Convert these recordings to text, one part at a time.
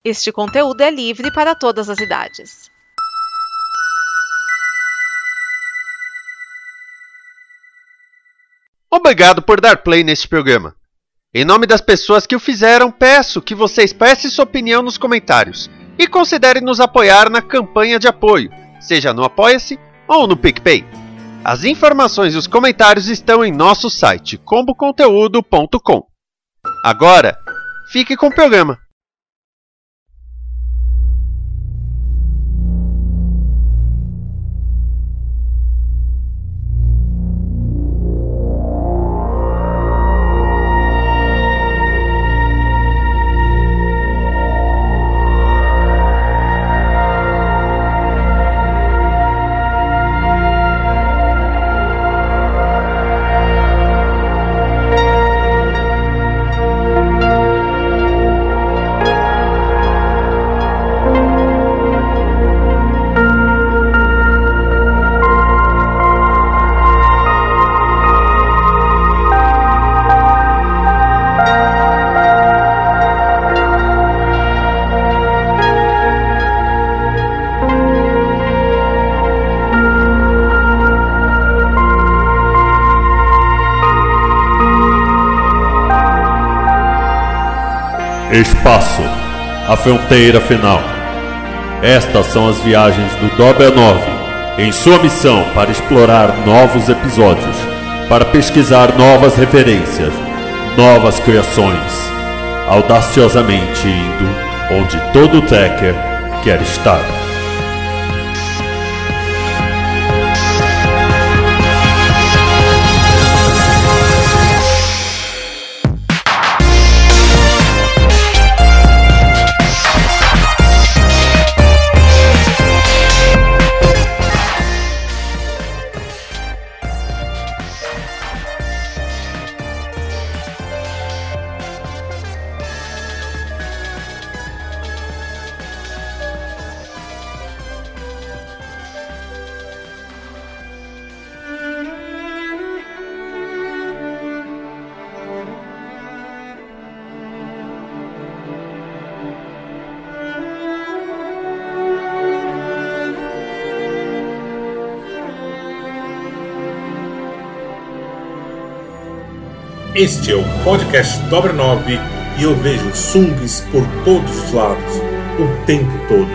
Este conteúdo é livre para todas as idades. Obrigado por dar play neste programa. Em nome das pessoas que o fizeram, peço que você expresse sua opinião nos comentários e considere nos apoiar na campanha de apoio, seja no Apoia-se ou no PicPay. As informações e os comentários estão em nosso site, comboconteúdo.com. Agora, fique com o programa. Espaço, a fronteira final. Estas são as viagens do Dobra 9 em sua missão para explorar novos episódios, para pesquisar novas referências, novas criações, audaciosamente indo onde todo Trekker quer estar. Este é o podcast Dobra 9 e eu vejo Sungs por todos os lados, o tempo todo.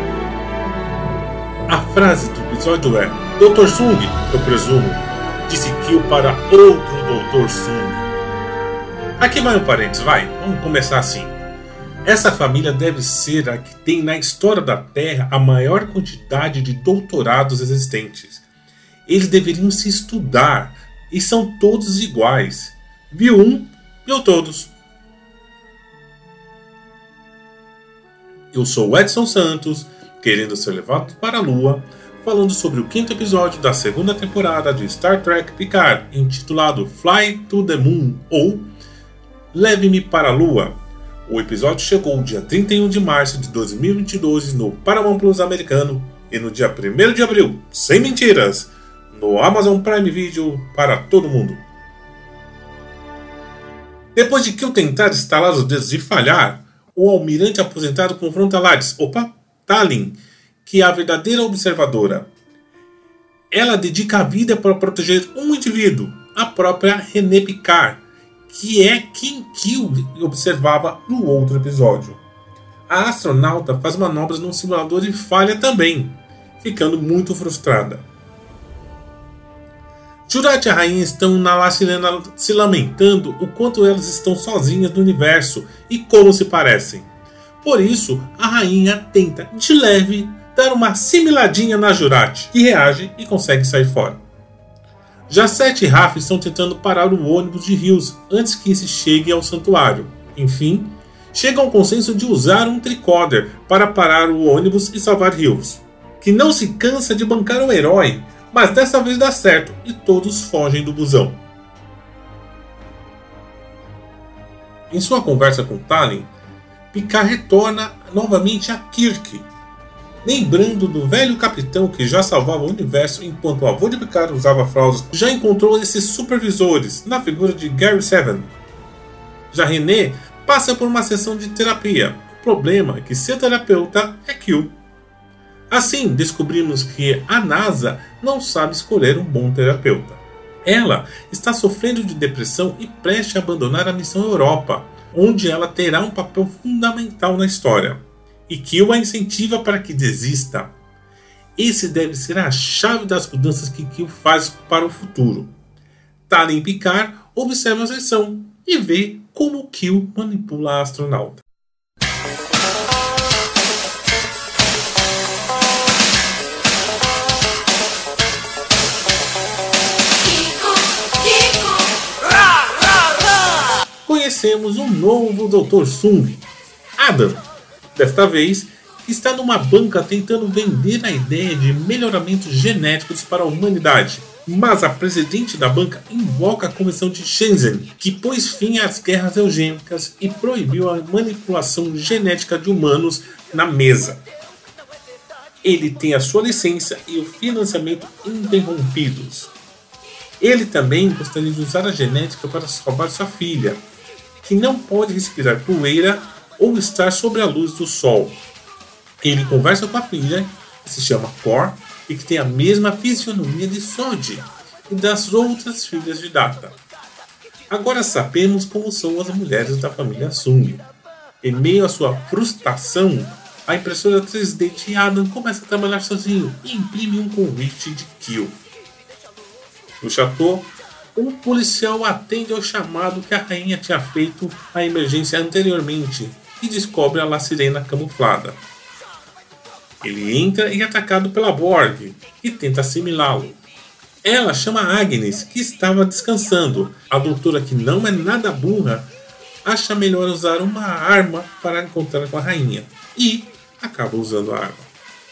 A frase do episódio é: Dr. Sung, eu presumo, disse Kill para outro Dr. Sung. Aqui vai um parênteses, vai, vamos começar assim. Essa família deve ser a que tem na história da Terra a maior quantidade de doutorados existentes. Eles deveriam se estudar e são todos iguais. Viu um, viu todos. Eu sou o Edson Santos, querendo ser levado para a Lua, falando sobre o 5º episódio da 2ª temporada de Star Trek Picard, intitulado Fly to the Moon, ou Leve-me para a Lua. O episódio chegou dia 31 de março de 2022 no Paramount Plus americano e no dia 1º de abril, sem mentiras, no Amazon Prime Video para todo mundo. Depois de Kill tentar estalar os dedos e falhar, o almirante aposentado confronta Laris, Tallinn, que é a verdadeira observadora. Ela dedica a vida para proteger um indivíduo, a própria René Picard, que é quem Kill observava no outro episódio. A astronauta faz manobras num simulador e falha também, ficando muito frustrada. Jurat e a rainha estão na Lacilena se lamentando o quanto elas estão sozinhas no universo e como se parecem. Por isso, a rainha tenta, de leve, dar uma assimiladinha na Jurat, que reage e consegue sair fora. Já Seth e Raf estão tentando parar o ônibus de Rios antes que esse chegue ao santuário. Enfim, chegam ao consenso de usar um tricorder para parar o ônibus e salvar Rios, que não se cansa de bancar um herói, mas dessa vez dá certo e todos fogem do busão. Em sua conversa com Tallinn, Picard retorna novamente a Kirk, lembrando do velho capitão que já salvava o universo enquanto o avô de Picard usava fraldas. Já encontrou esses supervisores na figura de Gary Seven. Já René passa por uma sessão de terapia, problema é que seu terapeuta é Q. Assim, descobrimos que a NASA não sabe escolher um bom terapeuta. Ela está sofrendo de depressão e prestes a abandonar a missão Europa, onde ela terá um papel fundamental na história. E Q a incentiva para que desista. Esse deve ser a chave das mudanças que Q faz para o futuro. Tali e Picard observam a sessão e vê como Q manipula a astronauta. Conhecemos um novo Dr. Sung, Adam. Desta vez, está numa banca tentando vender a ideia de melhoramentos genéticos para a humanidade. Mas a presidente da banca invoca a Comissão de Shenzhen, que pôs fim às guerras eugênicas e proibiu a manipulação genética de humanos na mesa. Ele tem a sua licença e o financiamento interrompidos. Ele também gostaria de usar a genética para salvar sua filha, que não pode respirar poeira ou estar sob a luz do sol. Ele conversa com a filha, que se chama Cor, e que tem a mesma fisionomia de Sodi e das outras filhas de Data. Agora sabemos como são as mulheres da família Sung. Em meio à sua frustração, a impressora 3D de Adam começa a trabalhar sozinho e imprime um convite de Q. No chateau, um policial atende ao chamado que a rainha tinha feito à emergência anteriormente e descobre a La Sirena camuflada. Ele entra e é atacado pela Borg e tenta assimilá-lo. Ela chama Agnes, que estava descansando. A doutora, que não é nada burra, acha melhor usar uma arma para encontrar com a rainha e acaba usando a arma.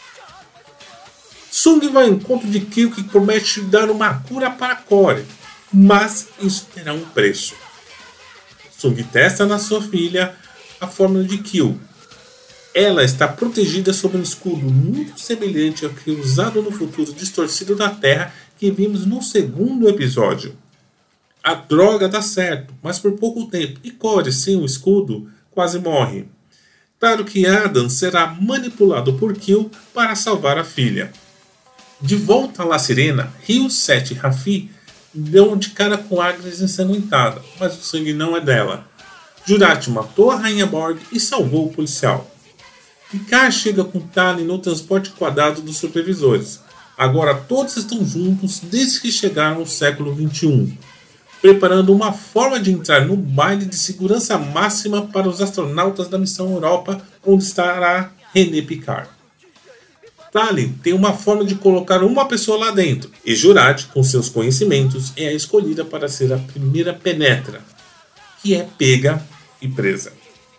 Sung vai ao encontro de Q, que promete dar uma cura para Core, mas isso terá um preço. Sung testa na sua filha a fórmula de Q. Ela está protegida sob um escudo muito semelhante ao que usado no futuro distorcido da Terra que vimos no segundo episódio. A droga dá certo, mas por pouco tempo, e Core, sem o escudo, quase morre. Claro que Adam será manipulado por Q para salvar a filha. De volta a La Sirena, Rio 7 e Raffi dão de cara com Agnes ensanguentada, mas o sangue não é dela. Jurati matou a Rainha Borg e salvou o policial. Picard chega com Tali no transporte quadrado dos supervisores. Agora todos estão juntos desde que chegaram ao século XXI, preparando uma forma de entrar no baile de segurança máxima para os astronautas da missão Europa, onde estará René Picard. Tali tem uma forma de colocar uma pessoa lá dentro, e Jurati, com seus conhecimentos, é a escolhida para ser a primeira penetra, que é pega e presa.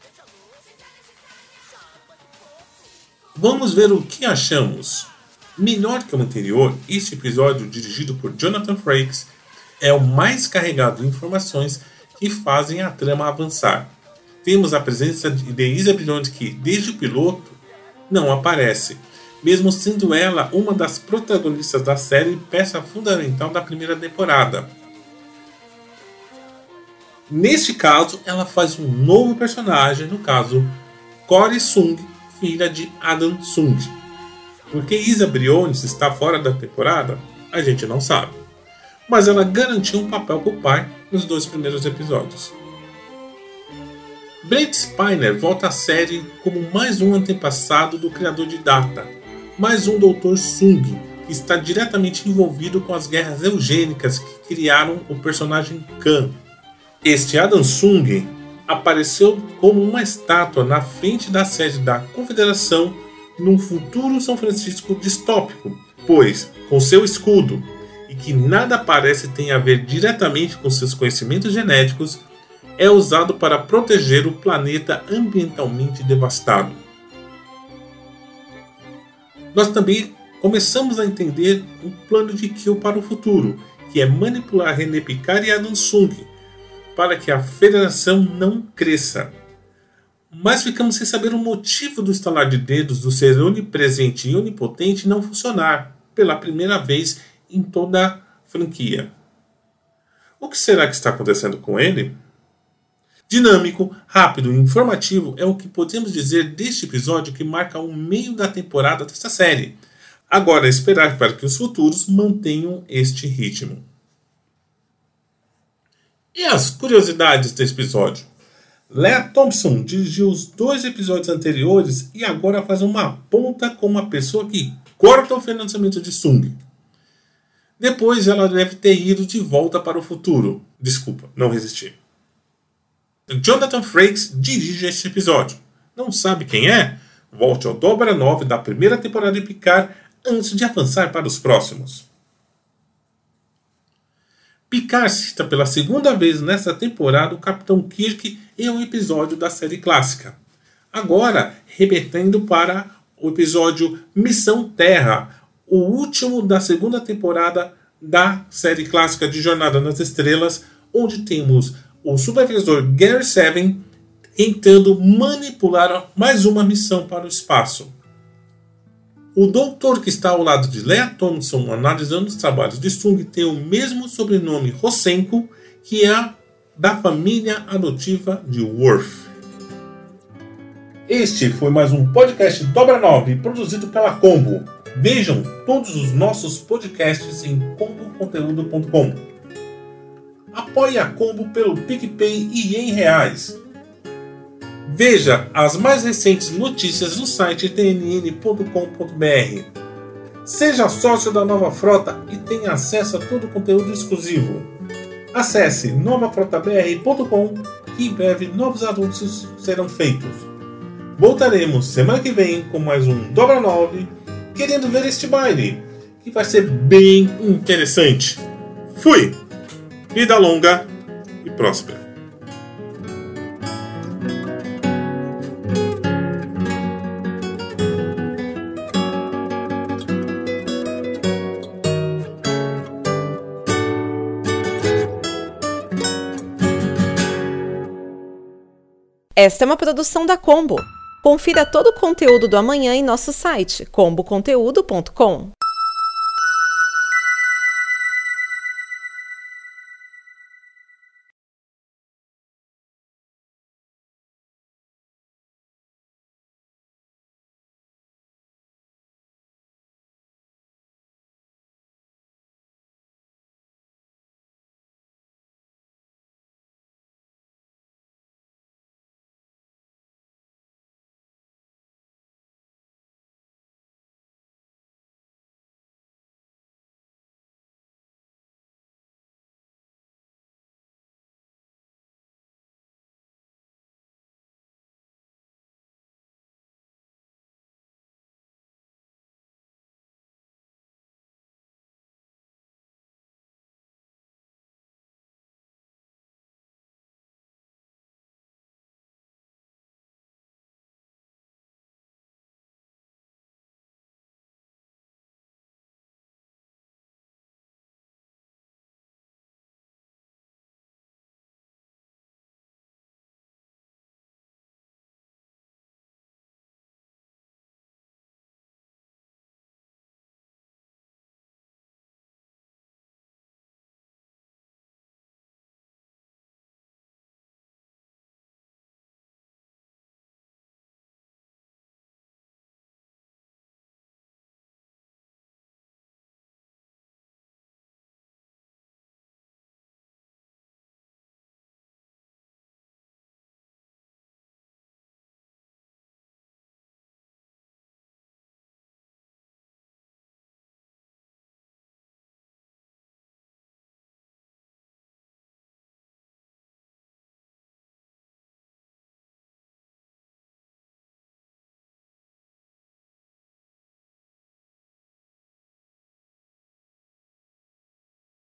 Vamos ver o que achamos. Melhor que o anterior, este episódio, dirigido por Jonathan Frakes, é o mais carregado de informações que fazem a trama avançar. Temos a presença de Isa Brilhante, que, desde o piloto, não aparece, mesmo sendo ela uma das protagonistas da série e peça fundamental da primeira temporada. Neste caso, ela faz um novo personagem, no caso, Core Sung, filha de Adam Sung. Porque Isa Briones está fora da temporada, a gente não sabe. Mas ela garantiu um papel para o pai nos 2 primeiros episódios. Brent Spiner volta à série como mais um antepassado do criador de Data, mais um Dr. Sung, que está diretamente envolvido com as guerras eugênicas que criaram o personagem Khan. Este Adam Sung apareceu como uma estátua na frente da sede da Confederação num futuro São Francisco distópico, pois, com seu escudo, e que nada parece ter a ver diretamente com seus conhecimentos genéticos, é usado para proteger o planeta ambientalmente devastado. Nós também começamos a entender o plano de Q para o futuro, que é manipular René Picard e Adam Sung, para que a Federação não cresça. Mas ficamos sem saber o motivo do estalar de dedos do ser onipresente e onipotente não funcionar, pela primeira vez em toda a franquia. O que será que está acontecendo com ele? Dinâmico, rápido e informativo é o que podemos dizer deste episódio que marca o meio da temporada desta série. Agora é esperar para que os futuros mantenham este ritmo. E as curiosidades desse episódio? Lea Thompson dirigiu os 2 episódios anteriores e agora faz uma ponta com uma pessoa que corta o financiamento de Sung. Depois ela deve ter ido de volta para o futuro. Desculpa, não resisti. Jonathan Frakes dirige este episódio. Não sabe quem é? Volte ao Dobra 9 da primeira temporada de Picard antes de avançar para os próximos. Picard cita pela segunda vez nesta temporada o Capitão Kirk em um episódio da série clássica. Agora, remetendo para o episódio Missão Terra, o último da segunda temporada da série clássica de Jornada nas Estrelas, onde temos o supervisor Gary Seven tentando manipular mais uma missão para o espaço. O doutor que está ao lado de Lea Thompson analisando os trabalhos de Sung tem o mesmo sobrenome Rosenko, que é da família adotiva de Worf. Este foi mais um podcast Dobra 9, produzido pela Combo. Vejam todos os nossos podcasts em comboconteúdo.com. Apoie a Combo pelo PicPay e em reais. Veja as mais recentes notícias no site tnn.com.br. Seja sócio da Nova Frota e tenha acesso a todo o conteúdo exclusivo. Acesse novafrotabr.com que em breve novos anúncios serão feitos. Voltaremos semana que vem com mais um Dobra 9, querendo ver este baile, que vai ser bem interessante. Fui! Vida longa e próspera. Esta é uma produção da Combo. Confira todo o conteúdo do amanhã em nosso site comboconteúdo.com.